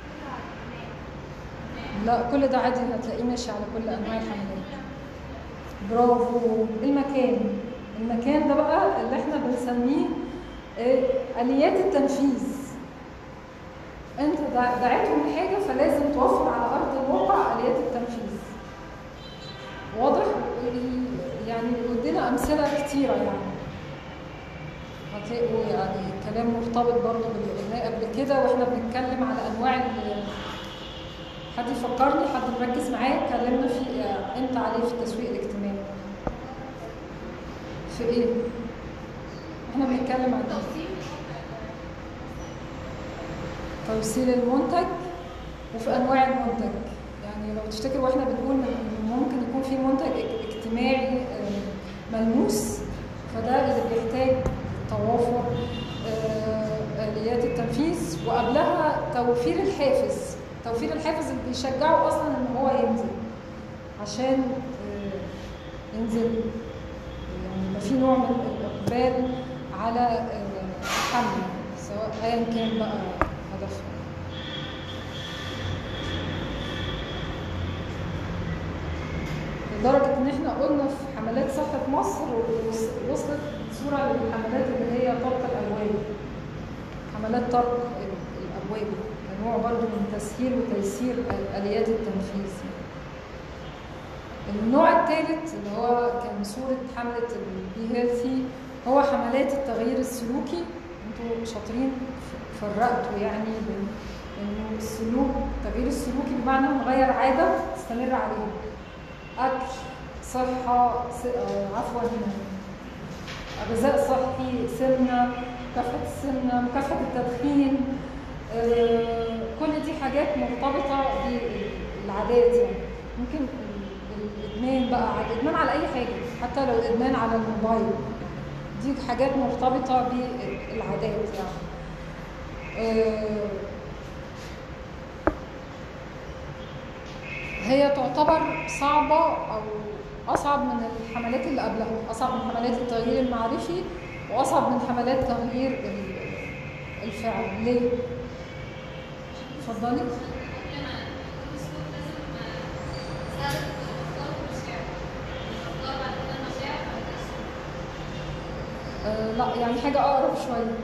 لا كل ده عادي هتلاقيه ماشي على كل انواع الحملات. برافو. المكان ده بقى اللي احنا بنسميه آليات التنفيذ. انت دعيتهم لحاجه فلازم توفر على ارض الواقع آليات التنفيذ. واضح؟ يعني ودينا امثله كتيره يعني. هتلاقوا يعني كلام مرتبط برضه باللي قلناه قبل كده واحنا بنتكلم على انواع حد يفكرني، حد مركز معايا، اتكلمنا في امتى عليه في التسويق الاجتماعي؟ في ايه؟ احنا بنتكلم عن توصيل المنتج وفي انواع المنتج. يعني لو تفتكروا واحنا بنقول ممكن يكون في منتج اجتماعي ملموس، فده اللي بيحتاج توافر آليات التنفيذ، وقبلها توفير الحافز اللي بيشجعه اصلا ان هو ينزل، عشان ينزل يعني يبقى في نوع من الاقبال على الحمل سواء ايا كان بقى هدفه. لدرجه ان احنا قلنا في حملات صحه مصر وصلت صوره للحملات اللي هي طرق الابواب، حملات طرق الابواب كنوع برضو من تسهيل وتيسير اليات التنفيذ. النوع الثالث اللي هو كان صوره حمله البي هيلثي هو حملات التغيير السلوكي. انتوا شاطرين فرقتوا يعني بين انه التغيير السلوكي بمعنى نغير عاده تستمر عليها، اكل، صحه، غذاء صحي، سمنه، مكافحه السمنه، مكافحه التدخين، كل دي حاجات مرتبطه بالعادات. يعني ممكن الادمان بقى، الادمان على اي حاجه، حتى لو الادمان على الموبايل، دي حاجات مرتبطه بالعادات يعني. هي تعتبر صعبة أو أصعب من الحملات اللي قبلها، أصعب من حملات التغيير المعرفي وأصعب من حملات تغيير الفعل. ليه؟ اتفضلي. لا يعني حاجة أقرب شوية.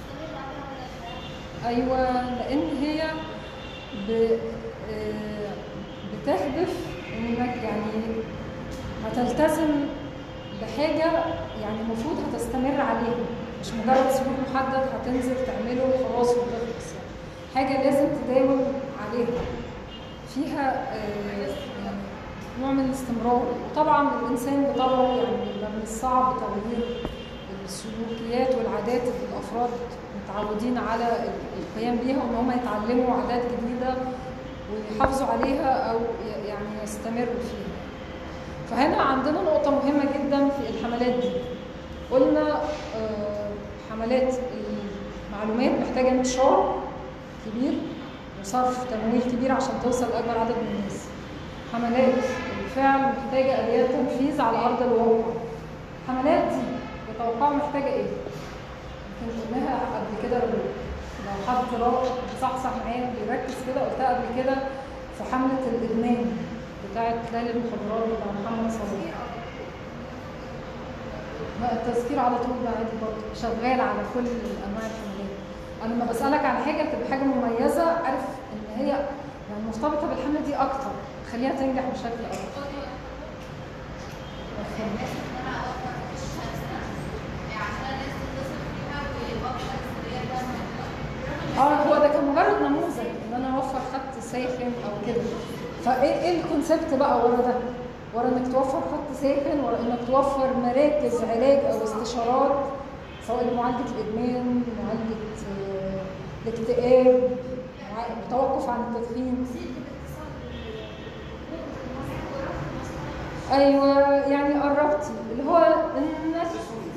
أيوة، لأن هي بتهدف إنك يعني هتلتزم بحاجه يعني المفروض هتستمر عليها، مش مجرد سلوك محدد هتنزل تعمله وخلاص وتخلص. حاجه لازم تداوم عليها، فيها يعني نوع من الاستمرار. وطبعا الانسان بطبعه يعني من الصعب تغيير السلوكيات والعادات اللي الافراد متعودين على القيام بيها، وان هم يتعلموا عادات جديده ويحافظوا عليها او يعني يستمروا فيها. فهنا عندنا نقطه مهمه جدا في الحملات دي. قلنا حملات المعلومات محتاجه انتشار كبير وصرف تمويل كبير عشان توصل لاكبر عدد من الناس. حملات الفعل محتاجه اليات تنفيذ على ارض الواقع. الحملات دي تتوقعوا محتاجه ايه؟ يمكن قلناها قبل كده، لو حد صحصح معايا بيركز كده، قلتها قبل كده في حمله الادمان بتاعه ليالي المخدرات بتاع محمد صلاح. التذكير على طول ده عادي برضه شغال على كل انواع الحملات. انا لما بسالك عن حاجه بتبقى حاجه مميزه، عارف ان هي يعني مرتبطه بالحمله دي اكتر، خليها تنجح بشكل اكتر. هو ده كان مجرد نموذج ان انا اوفر خط ساخن او كده. فايه الكونسبت بقى ورا ده؟ ورا انك توفر خط ساخن، ورا انك توفر مراكز علاج او استشارات سواء لمعالجه الادمان، معالجه الاكتئاب، التوقف عن التدخين. ايوه يعني قربتي، اللي هو الناس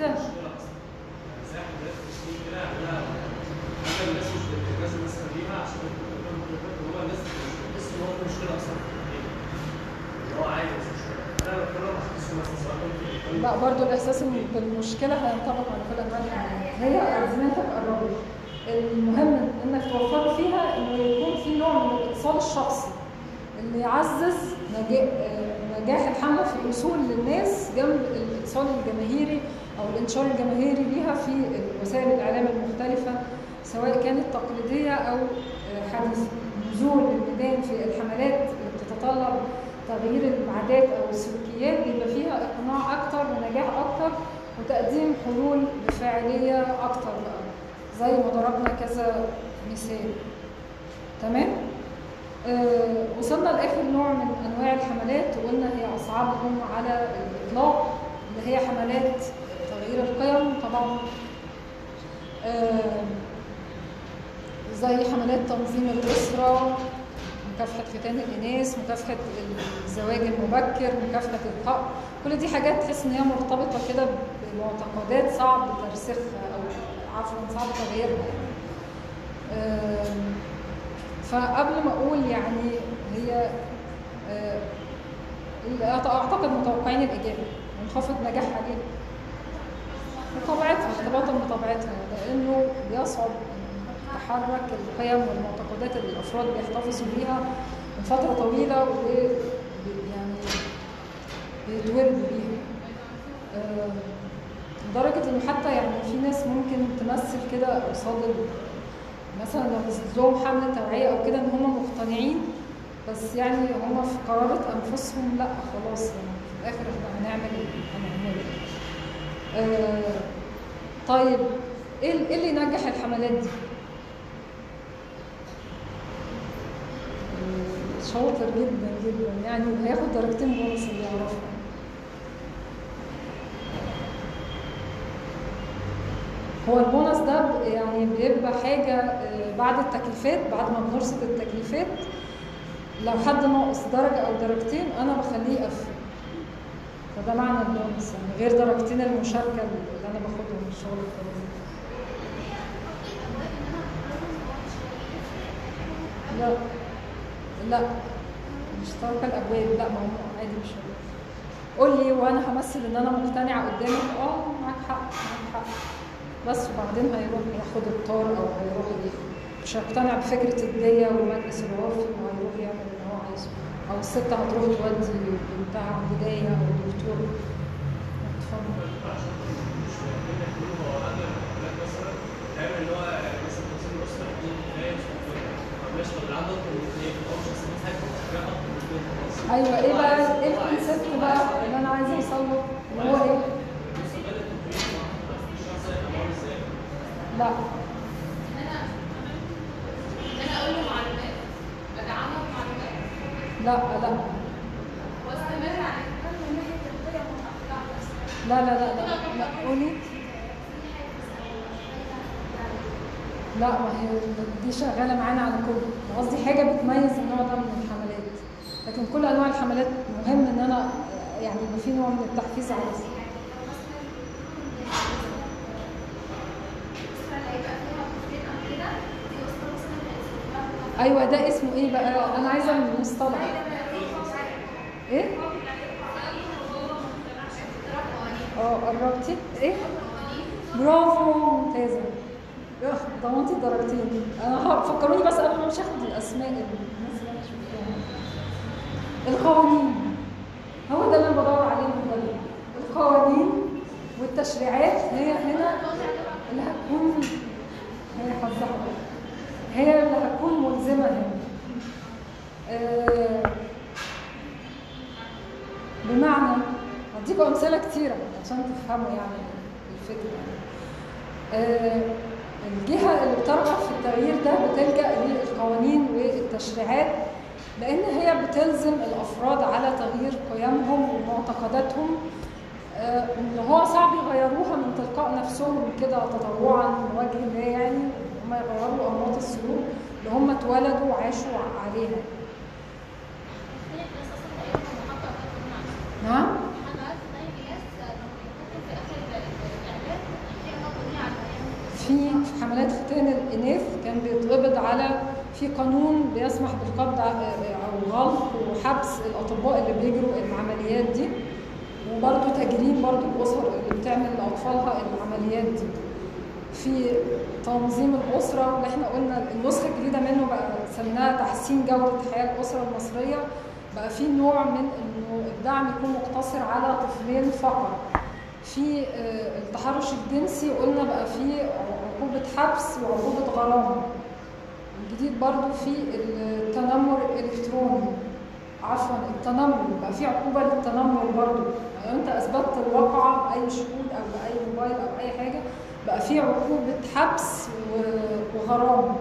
الناس مش لازم نستخدمها عشان هو الناس تحس ان هو مشكله اصلا اللي هو عادي مش مشكله. انا بتكلم عن تحس مثلا لا برضه الاحساس بالمشكله هينطبق على كل انواع الحملات. هي ازمتك قربت، المهم انك توفر فيها انه يكون في نوع من الاتصال الشخصي اللي يعزز نجاح الحمله في الوصول للناس جنب الاتصال الجماهيري او الانتشار الجماهيري ليها في وسائل الاعلام المختلفه سواء كانت تقليديه او حديثه. نزول الميدان في الحملات اللي بتتطلب تغيير العادات او السلوكيات بيبقى فيها اقناع اكتر ونجاح اكتر وتقديم حلول بفاعليه اكتر بقى، زي ما ضربنا كذا مثال. تمام؟ وصلنا لاخر نوع من انواع الحملات وقلنا هي اصعبهم على الاطلاق، اللي هي حملات تغيير القيم. طبعا زي حملات تنظيم الاسره، مكافحه ختان الاناث، مكافحه الزواج المبكر، مكافحه الفقر. كل دي حاجات تحس ان هي مرتبطه كده بمعتقدات صعب ترسيخها او عفوا صعب تغييرها. فقبل ما اقول يعني هي اعتقد متوقعين الاجابه منخفض نجاحها ليه؟ بطبيعتها، ارتباطا بطبيعتها، لانه بيصعب تحرك القيم والمعتقدات اللي الافراد بيحتفظوا بيها من فتره طويله ويعني بيتولدوا بيها. لدرجه انه حتى يعني في ناس ممكن تمثل كده قصاد مثلا لو نزلت لهم حمله توعيه او كده ان هم مقتنعين، بس يعني هم في قرارة انفسهم لا خلاص يعني في الاخر احنا هنعمل طيب ايه اللي ينجح الحملات دي؟ شاطر جدا جدا يعني هياخد درجتين بونص اللي يعرفها. هو البونص ده يعني بيبقى حاجه بعد التكليفات، بعد ما بنرصد التكليفات لو حد ناقص درجه او درجتين انا بخليه يقفل، فده معنى البونص يعني غير درجتين المشاركه اللي انا باخدهم في الشغل الخارجي. لا مش ترك الابواب، لا ما هو عادي مش هقول. قول لي وانا همثل ان انا مقتنعه قدامك معاك حق بس، وبعدين هيروح ياخد الطار او هيروح مش هيقتنع بفكره الديه والمجلس العرفي وهيروح يعمل اللي هو عايزه، او الست هتروح تودي بنتها عند دايه او دكتور. اتفضل. اللي هو مثلا تنظيم الاسره دي كفايه مش طب اللي عنده اكتر من اثنين هو مش هيستفيد حاجه، هو اكتر من اثنين خلاص. ايوه، ايه بقى ايه الكونسيبت بقى اللي انا عايزه اوصل له اللي هو ايه؟ لا انا اقول له معلومات، ادعمه بمعلومات، لا واستمر على الكلام من ناحيه القيم والاخلاق بس. لا قولي. لا، ما هي دي شغاله معانا على كله، قصدي حاجه بتميز النوع ده من الحملات، لكن كل انواع الحملات مهم ان انا يعني يبقى في نوع من التحفيز على ايوه، ده اسمه ايه بقى؟ انا عايزه المصطلح ايه؟ قربتي ايه؟ برافو، ممتازه، ضمنتي درجتين. انا فكروني بس قبل ما مش هاخد الاسماء الناس اللي انا شفتها. القوانين، هو ده اللي انا بدور عليه من بدري. القوانين والتشريعات هي هنا اللي هتكون، هي حظها هي اللي هتكون ملزمه هنا. بمعنى هديكم امثله كتيره عشان تفهموا يعني الفكره. الجهه اللي بترغب في التغيير ده بتلجأ للقوانين والتشريعات، لان هي بتلزم الافراد على تغيير قيمهم ومعتقداتهم اللي هو صعب يغيروها من تلقاء نفسهم كده تطوعا من وجه الله، يعني هم يغيروا انماط السلوك اللي هم اتولدوا وعاشوا عليها. نعم؟ في حملات ختان الإناث كان بيتقبض على، في قانون بيسمح بالقبض أو غلق وحبس الأطباء اللي بيجروا العمليات دي، وبرضه تجريم برضه الأسر اللي بتعمل لأطفالها العمليات دي. في تنظيم الأسرة اللي احنا قلنا النسخة الجديدة منه بقى سميناها تحسين جودة حياة الأسرة المصرية، بقى في نوع من إنه الدعم يكون مقتصر على طفلين فقط. في التحرش الجنسي قلنا بقى في عقوبة حبس وعقوبة غرامة. الجديد برضو في التنمر الإلكتروني، عفوا التنمر بقى في عقوبة للتنمر برضو، يعني أنت أثبتت الواقعة بأي شهود أو بأي موبايل أو أي حاجة بقى في عقوبة حبس وغرامة.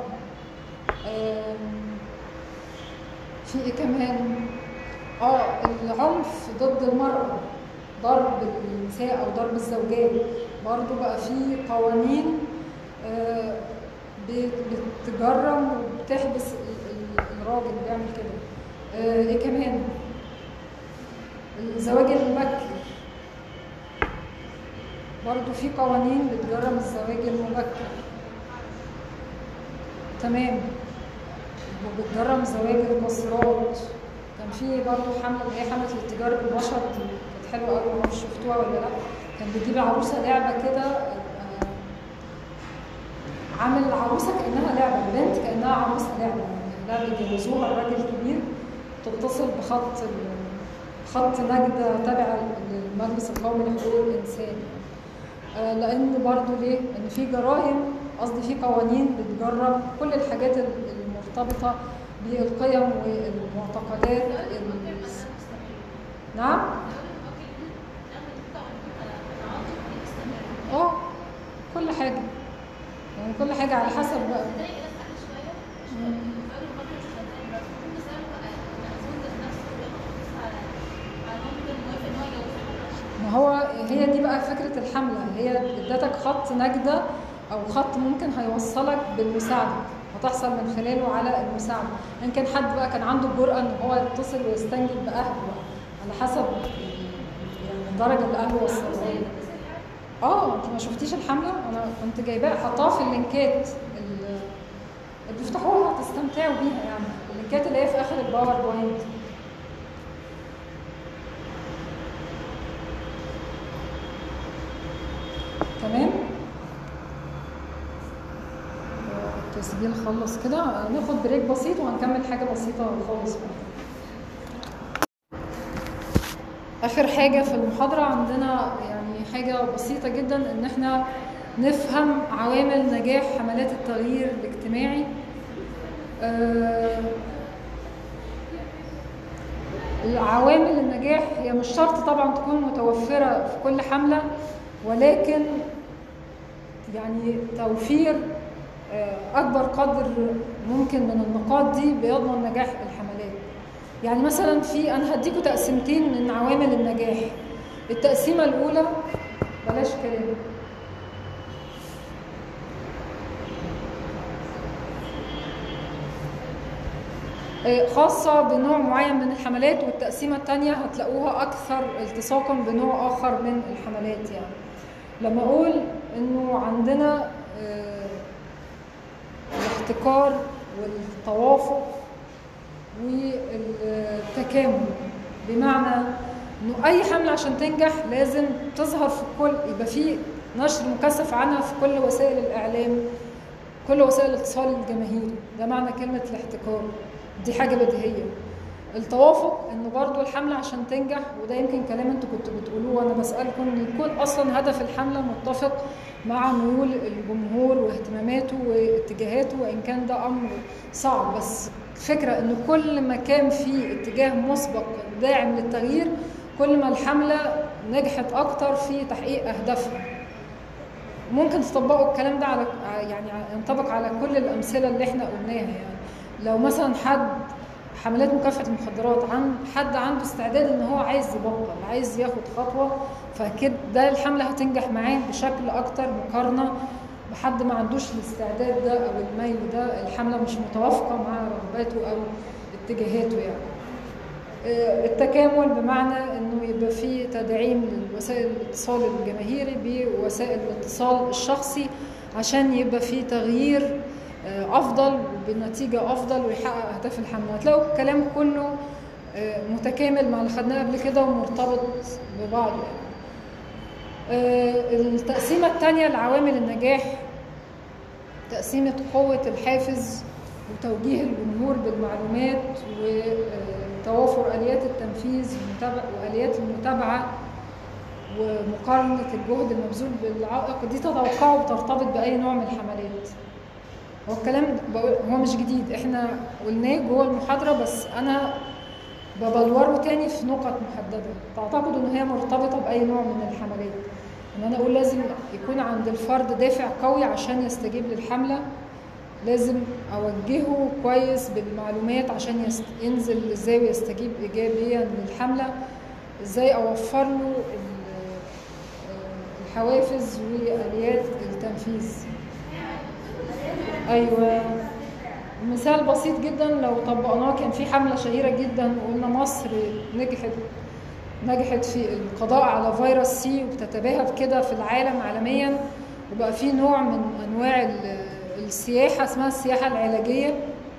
في إيه كمان؟ العنف ضد المرأة، ضرب النساء أو ضرب الزوجات، برضو بقى في قوانين بتجرم وبتحبس الراجل اللي بيعمل كده. ايه كمان؟ الزواج المبكر، برضو في قوانين بتجرم الزواج المبكر. تمام. وبتجرم زواج القاصرات. كان في برضو حمله اللي هي حمله الاتجار بالبشر دي، كانت حلوه قوي، ما اعرفش شفتوها ولا لا. كان بيجيب عروسه لعبه كده، عامل عروسه كانها لعبه، بنت كانها عروسه لعبه، لا بيجوزوها الراجل كبير، تتصل خط نجدة تابع للمجلس القومي لحقوق الانسان. لان برضو ليه؟ ان في جرائم، قصدي في قوانين بتجرم كل الحاجات المرتبطه بالقيم والمعتقدات. نعم؟ كل حاجه، يعني كل حاجه على حسب بقى. ما هو هي دي بقى فكره الحمله، هي ادتك خط نجده او خط ممكن هيوصلك بالمساعده، هتحصل من خلاله على المساعده. ان كان حد بقى كان عنده الجرأه ان هو يتصل ويستنجد باهله على حسب يعني الدرجه اللي اهله وصلوها له. انت ما شفتيش الحمله؟ انا كنت جايباها حطاها في اللينكات اللي بتفتحوها تستمتعوا بيها، يعني اللينكات اللي هي في اخر الباوربوينت. تمام. التسجيل خلص كده، ناخد بريك بسيط وهنكمل حاجه بسيطه خالص. اخر حاجه في المحاضره عندنا يعني حاجه بسيطه جدا، ان احنا نفهم عوامل نجاح حملات التغيير الاجتماعي عوامل النجاح هي مش شرط طبعا تكون متوفرة في كل حملة، ولكن يعني توفير أكبر قدر ممكن من النقاط دي بيضمن نجاح الحملات. يعني مثلا أنا هديكوا تقسيمتين من عوامل النجاح. التقسيمة الأولى، بلاش كلام، خاصة بنوع معين من الحملات، والتقسيمة الثانية هتلاقوها أكثر التصاقا بنوع آخر من الحملات. يعني لما أقول إنه عندنا الاحتكار والتوافق والتكامل، بمعنى إنه أي حملة عشان تنجح لازم تظهر في يبقى في نشر مكثف عنها في كل وسائل الإعلام، كل وسائل الاتصال الجماهيري. ده معنى كلمة الاحتكار، دي حاجة بديهية. التوافق انه برضو الحملة عشان تنجح، وده يمكن كلام انتوا كنتوا بتقولوه وانا بسألكم، ان يكون اصلا هدف الحملة متفق مع ميول الجمهور واهتماماته واتجاهاته، وان كان ده امر صعب، بس فكرة انه كل ما كان في اتجاه مسبق داعم للتغيير كل ما الحملة نجحت اكتر في تحقيق اهدافها. ممكن تطبقوا الكلام ده على ينطبق على كل الامثلة اللي احنا قلناها. يعني لو مثلا حملات مكافحة المخدرات، حد عنده استعداد ان هو عايز يبطل، عايز ياخد خطوة، فكده ده الحملة هتنجح معاه بشكل اكتر مقارنة بحد ما عندوش الاستعداد ده او الميل ده، الحملة مش متوافقة مع رغباته او اتجاهاته. يعني التكامل بمعنى انه يبقى فيه تدعيم لوسائل الاتصال الجماهيري بوسائل الاتصال الشخصي عشان يبقى فيه تغيير افضل وبنتيجه افضل ويحقق اهداف الحمله. هتلاقوا الكلام كله متكامل مع اللي خدناه قبل كده ومرتبط ببعض. التقسيمه الثانيه لعوامل النجاح، تقسيمه قوه الحافز وتوجيه الجمهور بالمعلومات وتوافر اليات التنفيذ واليات المتابعه ومقارنه الجهد المبذول بالعائق. دي تتوقعوا بترتبط باي نوع من الحملات. هو الكلام هو مش جديد، احنا قلناه جوه المحاضرة، بس انا ببلوره تاني في نقط محددة تعتقد ان هي مرتبطة باي نوع من الحملات. ان انا اقول لازم يكون عند الفرد دافع قوي عشان يستجيب للحملة، لازم اوجهه كويس بالمعلومات عشان ينزل ازاي ويستجيب ايجابيا للحملة، ازاي اوفر له الحوافز واليات التنفيذ. ايوه، مثال بسيط جدا لو طبقناه، كان في حمله شهيره جدا وقلنا مصر نجحت في القضاء على فيروس سي وبتتباهى بكده في العالم عالميا، وبقى في نوع من انواع السياحه اسمها السياحه العلاجيه.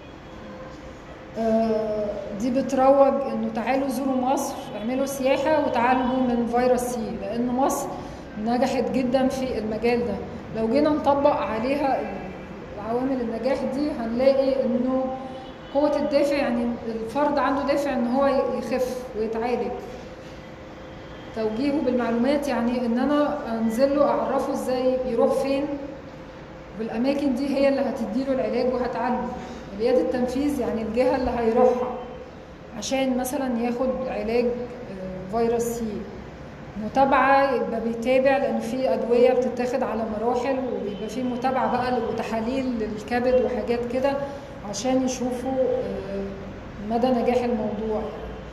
دي بتروج انه تعالوا زوروا مصر، اعملوا سياحه وتعالجوا من فيروس سي، لان مصر نجحت جدا في المجال ده. لو جينا نطبق عليها عوامل النجاح دي هنلاقي انه قوة الدافع، يعني الفرد عنده دافع ان هو يخف ويتعالج. توجيهه بالمعلومات، يعني ان انا انزل له اعرفه ازاي يروح فين، والاماكن دي هي اللي هتديله العلاج وهتعالجه. اليات التنفيذ يعني الجهة اللي هيروحها عشان مثلا ياخد علاج فيروس سي. متابعة، يبقى بيتابع لأن في أدوية بتتاخد على مراحل، وبيبقى في متابعة بقى وتحاليل للكبد وحاجات كده عشان يشوفوا مدى نجاح الموضوع.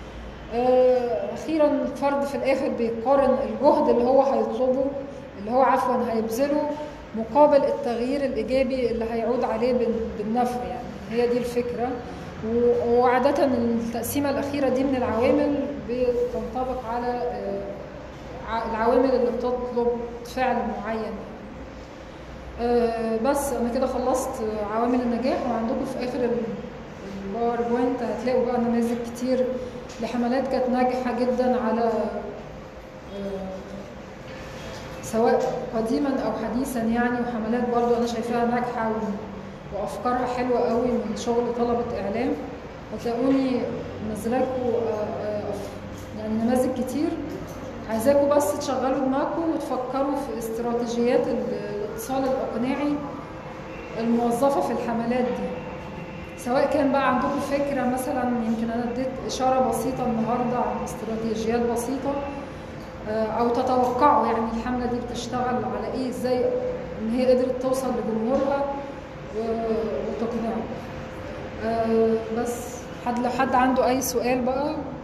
أخيرا الفرد في الآخر بيقارن الجهد اللي هو هيطلبه، اللي هو هيبذله، مقابل التغيير الإيجابي اللي هيعود عليه بالنفع. يعني هي دي الفكرة. وعادة التقسيمة الأخيرة دي من العوامل بتنطبق على العوامل اللي بتطلب فعل معين. بس انا كده خلصت عوامل النجاح، وعندكم في اخر الباوربوينت هتلاقوا بقى نماذج كتير لحملات كانت ناجحه جدا على سواء قديما او حديثا يعني، وحملات برضو انا شايفاها ناجحه وافكارها حلوه قوي من شغل طلبه اعلام. هتلاقوني منزلالكم يعني نماذج كتير. عايزاكم بس تشغلوا دماغكم وتفكروا في استراتيجيات الاتصال الاقناعي الموظفه في الحملات دي، سواء كان بقى عندكم فكرة مثلا، يمكن أنا اديت إشارة بسيطة النهاردة عن استراتيجيات بسيطة، أو تتوقعوا يعني الحملة دي بتشتغل على إيه، إزاي إن هي قدرت توصل لجمهورها وتقنعه. بس لو حد عنده أي سؤال بقى